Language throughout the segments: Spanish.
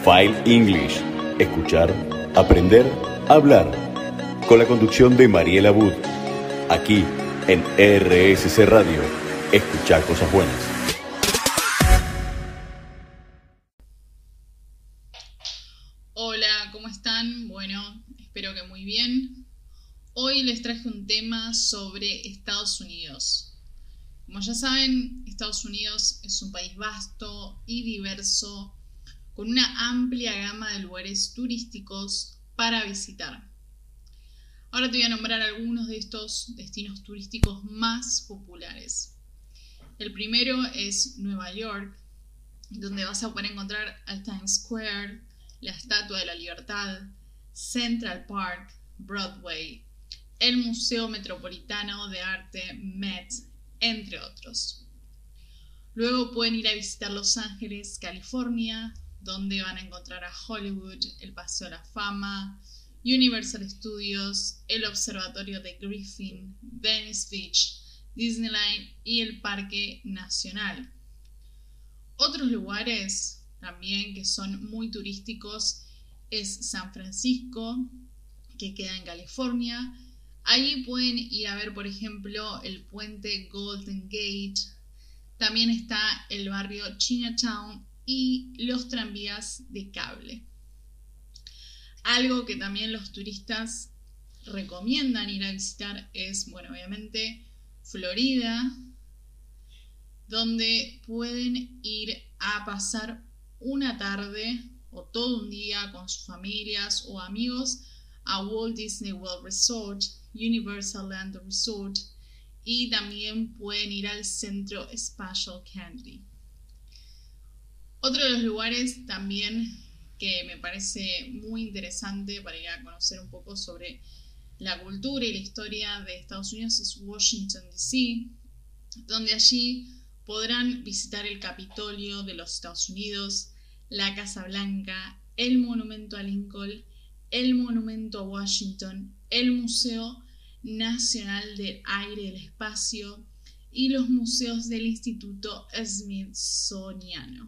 File English. Escuchar, aprender, hablar. Con la conducción de Mariela Wood. Aquí en RSC Radio. Escuchar cosas buenas. Hola, ¿cómo están? Bueno, espero que muy bien. Hoy les traje un tema sobre Estados Unidos. Como ya saben, Estados Unidos es un país vasto y diverso, con una amplia gama de lugares turísticos para visitar. Ahora te voy a nombrar algunos de estos destinos turísticos más populares. El primero es Nueva York, donde vas a poder encontrar el Times Square, la Estatua de la Libertad, Central Park, Broadway, el Museo Metropolitano de Arte Met, entre otros. Luego pueden ir a visitar Los Ángeles, California, donde van a encontrar a Hollywood, el Paseo de la Fama, Universal Studios, el Observatorio de Griffin, Venice Beach, Disneyland y el Parque Nacional. Otros lugares también que son muy turísticos es San Francisco, que queda en California. Allí pueden ir a ver, por ejemplo, el puente Golden Gate. También está el barrio Chinatown y los tranvías de cable. Algo que también los turistas recomiendan ir a visitar es, obviamente, Florida, donde pueden ir a pasar una tarde o todo un día con sus familias o amigos a Walt Disney World Resort, Universal Land Resort, y también pueden ir al Centro Spatial Kennedy. Otro de los lugares también que me parece muy interesante para ir a conocer un poco sobre la cultura y la historia de Estados Unidos es Washington, D.C., donde allí podrán visitar el Capitolio de los Estados Unidos, la Casa Blanca, el Monumento a Lincoln, el Monumento a Washington, el Museo Nacional del Aire y del Espacio y los museos del Instituto Smithsoniano.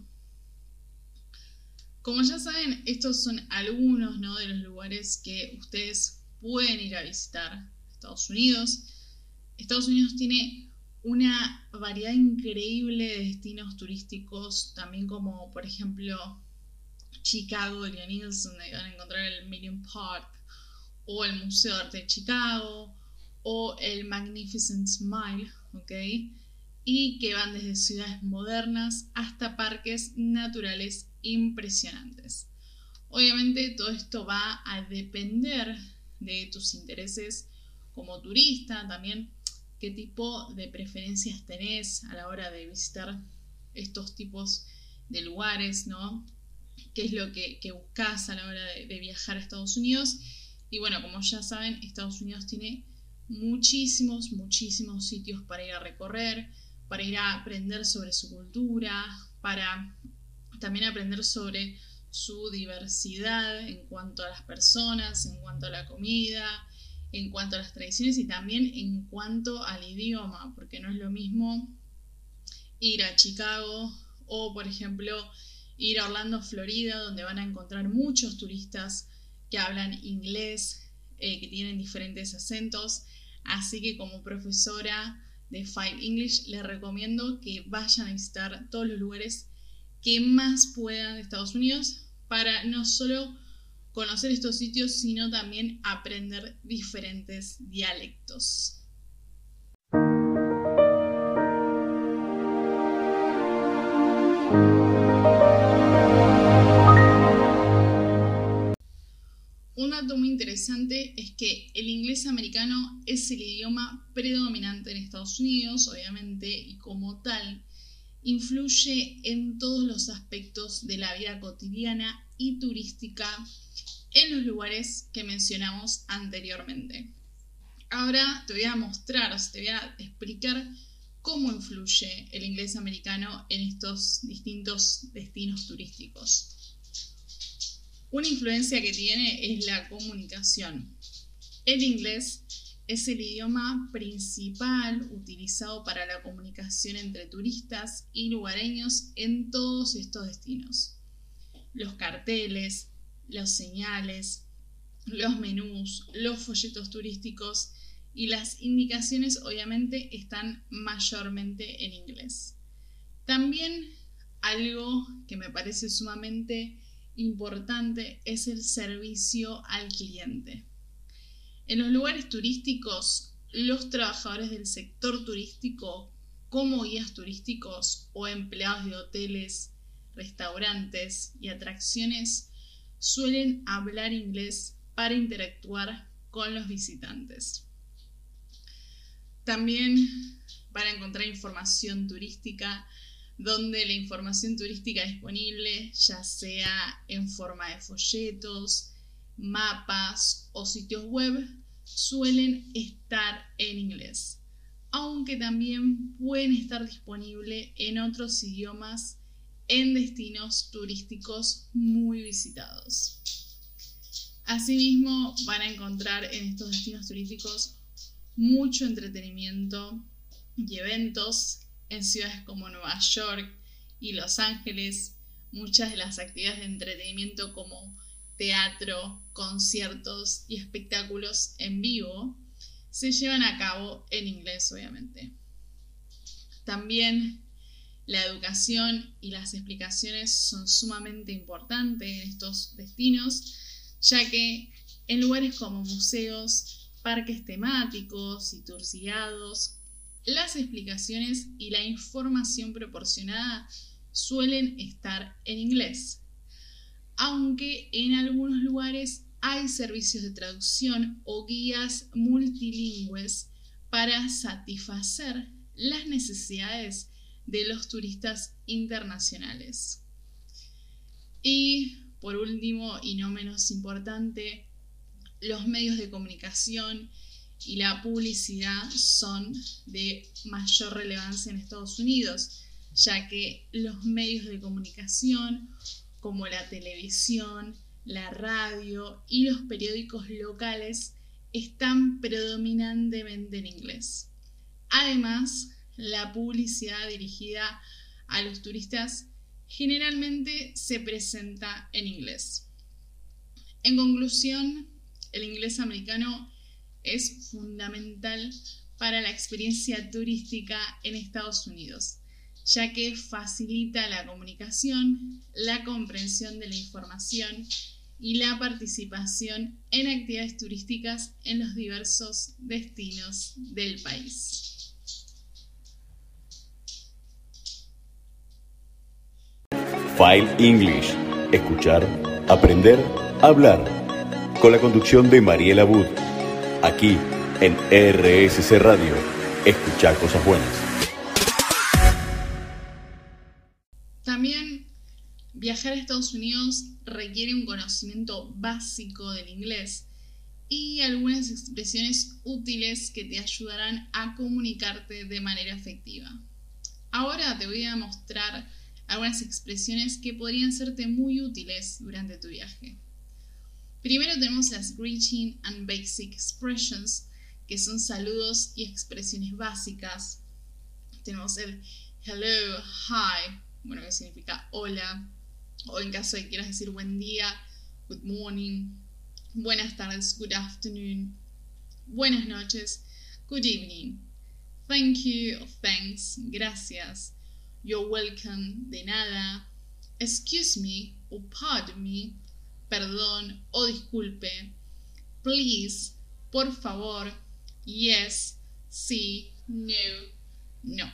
Como ya saben, estos son algunos, de los lugares que ustedes pueden ir a visitar Estados Unidos. Estados Unidos tiene una variedad increíble de destinos turísticos, también como por ejemplo Chicago, Illinois, donde van a encontrar el Millennium Park, o el Museo de Arte de Chicago, o el Magnificent Mile, y que van desde ciudades modernas hasta parques naturales impresionantes. Obviamente todo esto va a depender de tus intereses como turista, también qué tipo de preferencias tenés a la hora de visitar estos tipos de lugares, qué es lo que buscas a la hora de viajar a Estados Unidos. Y bueno, como ya saben, Estados Unidos tiene muchísimos sitios para ir a recorrer, para ir a aprender sobre su cultura, para también aprender sobre su diversidad en cuanto a las personas, en cuanto a la comida, en cuanto a las tradiciones y también en cuanto al idioma, porque no es lo mismo ir a Chicago o, por ejemplo, ir a Orlando, Florida, donde van a encontrar muchos turistas que hablan inglés, que tienen diferentes acentos. Así que como profesora de File English les recomiendo que vayan a visitar todos los lugares que más puedan de Estados Unidos para no solo conocer estos sitios, sino también aprender diferentes dialectos. Un dato muy interesante es que el inglés americano es el idioma predominante en Estados Unidos, obviamente, y como tal, influye en todos los aspectos de la vida cotidiana y turística en los lugares que mencionamos anteriormente. Ahora te voy a explicar cómo influye el inglés americano en estos distintos destinos turísticos. Una influencia que tiene es la comunicación. El inglés es el idioma principal utilizado para la comunicación entre turistas y lugareños en todos estos destinos. los carteles, los señales, los menús, los folletos turísticos y las indicaciones obviamente están mayormente en inglés. También algo que me parece sumamente importante es el servicio al cliente. En los lugares turísticos, los trabajadores del sector turístico, como guías turísticos o empleados de hoteles, restaurantes y atracciones, suelen hablar inglés para interactuar con los visitantes. También van a encontrar información turística, donde la información turística disponible, ya sea en forma de folletos, mapas o sitios web, suelen estar en inglés, aunque también pueden estar disponibles en otros idiomas en destinos turísticos muy visitados. Asimismo, van a encontrar en estos destinos turísticos mucho entretenimiento y eventos en ciudades como Nueva York y Los Ángeles. Muchas de las actividades de entretenimiento como teatro, conciertos y espectáculos en vivo se llevan a cabo en inglés, obviamente. También la educación y las explicaciones son sumamente importantes en estos destinos, ya que en lugares como museos, parques temáticos y tours guiados, las explicaciones y la información proporcionada suelen estar en inglés, aunque en algunos lugares hay servicios de traducción o guías multilingües para satisfacer las necesidades de los turistas internacionales. Y por último, y no menos importante, los medios de comunicación y la publicidad son de mayor relevancia en Estados Unidos, ya que los medios de comunicación como la televisión, la radio y los periódicos locales están predominantemente en inglés. Además, la publicidad dirigida a los turistas generalmente se presenta en inglés. En conclusión, el inglés americano es fundamental para la experiencia turística en Estados Unidos, ya que facilita la comunicación, la comprensión de la información y la participación en actividades turísticas en los diversos destinos del país. File English. Escuchar, aprender, hablar. Con la conducción de Mariela Wood. Aquí en RSC Radio. Escuchar cosas buenas. También viajar a Estados Unidos requiere un conocimiento básico del inglés y algunas expresiones útiles que te ayudarán a comunicarte de manera efectiva. Ahora te voy a mostrar algunas expresiones que podrían serte muy útiles durante tu viaje. Primero tenemos las greeting and basic expressions, que son saludos y expresiones básicas. Tenemos el hello, hi, bueno, que significa hola, o en caso de que quieras decir buen día, good morning, buenas tardes, good afternoon, buenas noches, good evening, thank you, thanks, gracias, you're welcome, de nada, excuse me o pardon me, perdón o disculpe, please, por favor, yes, sí, no, no.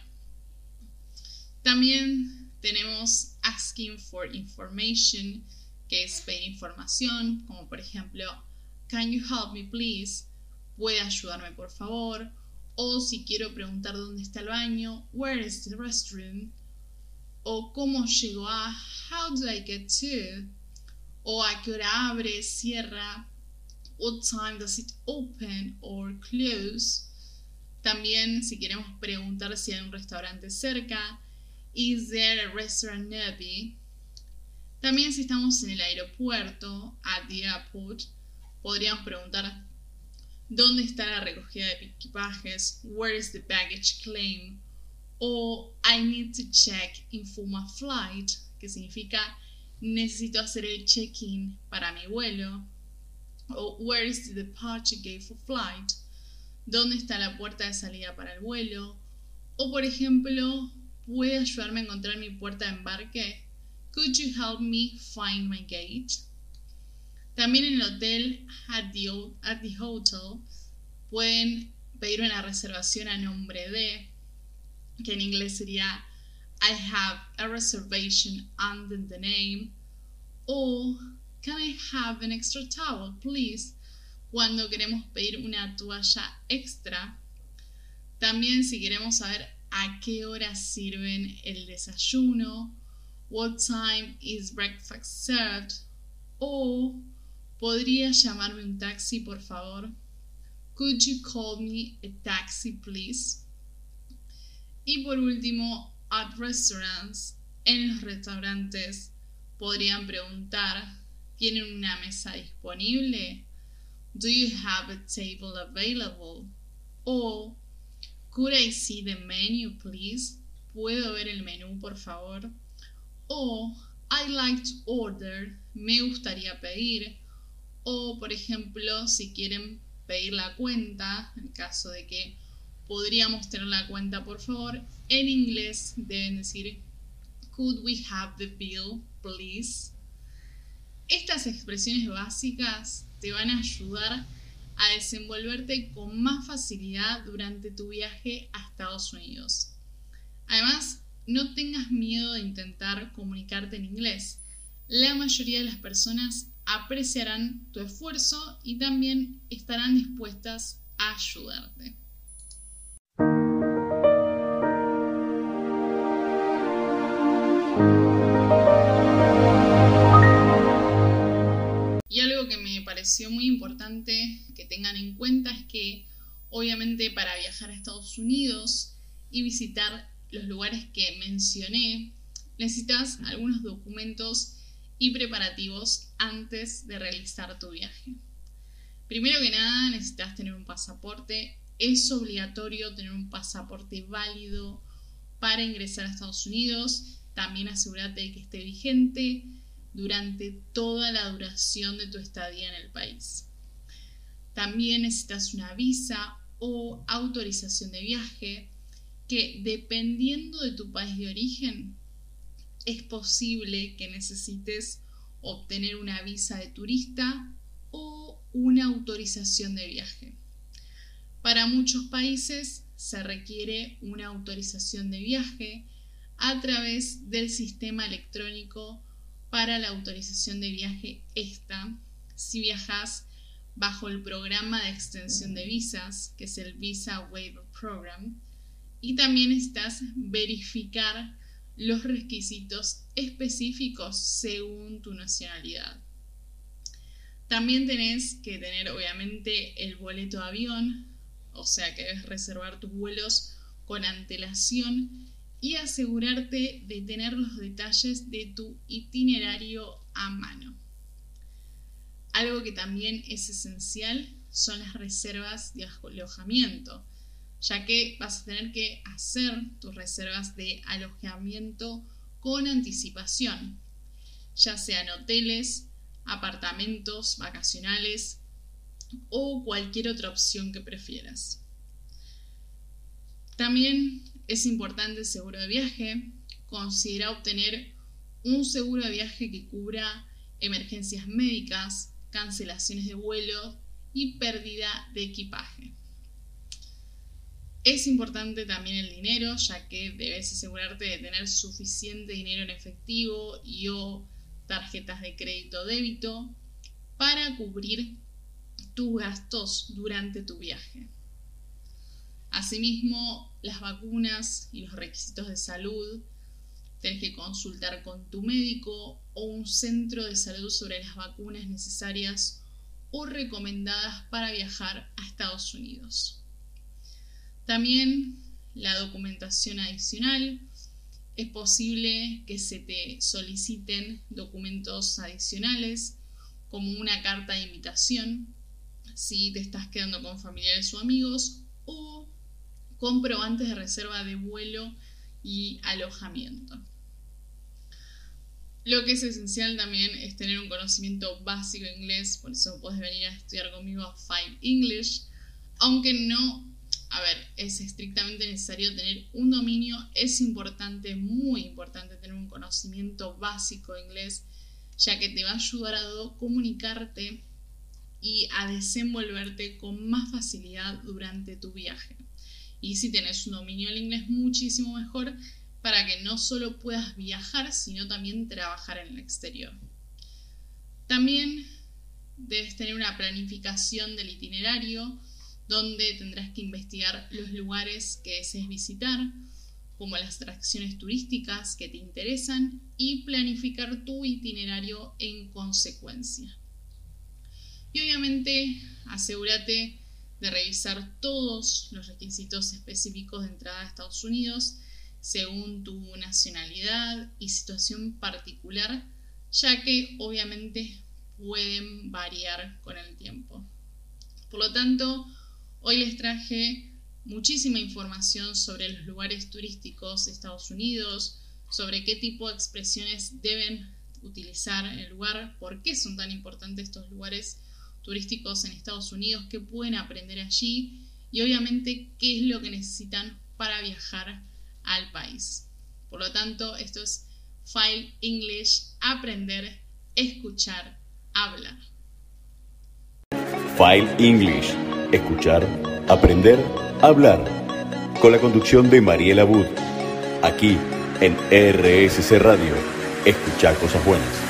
También tenemos asking for information, que es pedir información, como por ejemplo, can you help me please? ¿Puede ayudarme por favor? O si quiero preguntar dónde está el baño, where is the restroom? O cómo llego a, how do I get to? O a qué hora abre, cierra, what time does it open or close? También si queremos preguntar si hay un restaurante cerca, is there a restaurant nearby? También si estamos en el aeropuerto, at the airport, podríamos preguntar ¿dónde está la recogida de equipajes? Where is the baggage claim? O I need to check in for my flight, que significa necesito hacer el check-in para mi vuelo, o where is the departure gate for flight, dónde está la puerta de salida para el vuelo, o por ejemplo, ¿puede ayudarme a encontrar mi puerta de embarque? Could you help me find my gate? También en el hotel, at the hotel, pueden pedir una reservación a nombre de, que en inglés sería I have a reservation under the name, o can I have an extra towel, please? Cuando queremos pedir una toalla extra. También si queremos saber a qué hora sirven el desayuno, what time is breakfast served, o ¿podría llamarme un taxi, por favor? Could you call me a taxi, please? Y por último, at restaurants, en los restaurantes podrían preguntar, ¿tienen una mesa disponible? Do you have a table available? O could I see the menu, please? ¿Puedo ver el menú, por favor? O I'd like to order, me gustaría pedir. O, por ejemplo, si quieren pedir la cuenta, en caso de que podríamos tener la cuenta, por favor, en inglés deben decir could we have the bill, please? Estas expresiones básicas te van a ayudar a desenvolverte con más facilidad durante tu viaje a Estados Unidos. Además, no tengas miedo de intentar comunicarte en inglés. La mayoría de las personas apreciarán tu esfuerzo y también estarán dispuestas a ayudarte. Y algo que me pareció muy importante que tengan en cuenta es que obviamente para viajar a Estados Unidos y visitar los lugares que mencioné, necesitas algunos documentos y preparativos antes de realizar tu viaje. Primero que nada, necesitas tener un pasaporte. Es obligatorio tener un pasaporte válido para ingresar a Estados Unidos. También asegúrate de que esté vigente durante toda la duración de tu estadía en el país. También necesitas una visa o autorización de viaje que, dependiendo de tu país de origen, es posible que necesites obtener una visa de turista o una autorización de viaje. Para muchos países se requiere una autorización de viaje a través del sistema electrónico para la autorización de viaje ESTA, si viajas bajo el programa de extensión de visas, que es el Visa Waiver Program, y también necesitas verificar los requisitos específicos según tu nacionalidad. También tenés que tener obviamente el boleto de avión, o sea que debes reservar tus vuelos con antelación y asegurarte de tener los detalles de tu itinerario a mano. Algo que también es esencial son las reservas de alojamiento, ya que vas a tener que hacer tus reservas de alojamiento con anticipación, ya sean hoteles, apartamentos vacacionales o cualquier otra opción que prefieras. También es importante el seguro de viaje. Considera obtener un seguro de viaje que cubra emergencias médicas, cancelaciones de vuelo y pérdida de equipaje. Es importante también el dinero, ya que debes asegurarte de tener suficiente dinero en efectivo y o tarjetas de crédito o débito para cubrir tus gastos durante tu viaje. Asimismo, las vacunas y los requisitos de salud, tenés que consultar con tu médico o un centro de salud sobre las vacunas necesarias o recomendadas para viajar a Estados Unidos. También la documentación adicional. Es posible que se te soliciten documentos adicionales como una carta de invitación si te estás quedando con familiares o amigos, o comprobantes de reserva de vuelo y alojamiento. Lo que es esencial también es tener un conocimiento básico de inglés, por eso podés venir a estudiar conmigo a File English, aunque no, es estrictamente necesario tener un dominio, es importante, muy importante tener un conocimiento básico de inglés, ya que te va a ayudar a comunicarte y a desenvolverte con más facilidad durante tu viaje. Y si tenés un dominio del inglés, muchísimo mejor, para que no solo puedas viajar, sino también trabajar en el exterior. También debes tener una planificación del itinerario, donde tendrás que investigar los lugares que desees visitar, como las atracciones turísticas que te interesan, y planificar tu itinerario en consecuencia. Y obviamente asegúrate de revisar todos los requisitos específicos de entrada a Estados Unidos, según tu nacionalidad y situación particular, ya que obviamente pueden variar con el tiempo. Por lo tanto, hoy les traje muchísima información sobre los lugares turísticos de Estados Unidos, sobre qué tipo de expresiones deben utilizar en el lugar, por qué son tan importantes estos lugares turísticos en Estados Unidos, qué pueden aprender allí y obviamente qué es lo que necesitan para viajar al país. Por lo tanto, esto es File English, aprender, escuchar, hablar. File English, escuchar, aprender, hablar. Con la conducción de Mariela Wood. Aquí en RSC Radio. Escuchar cosas buenas.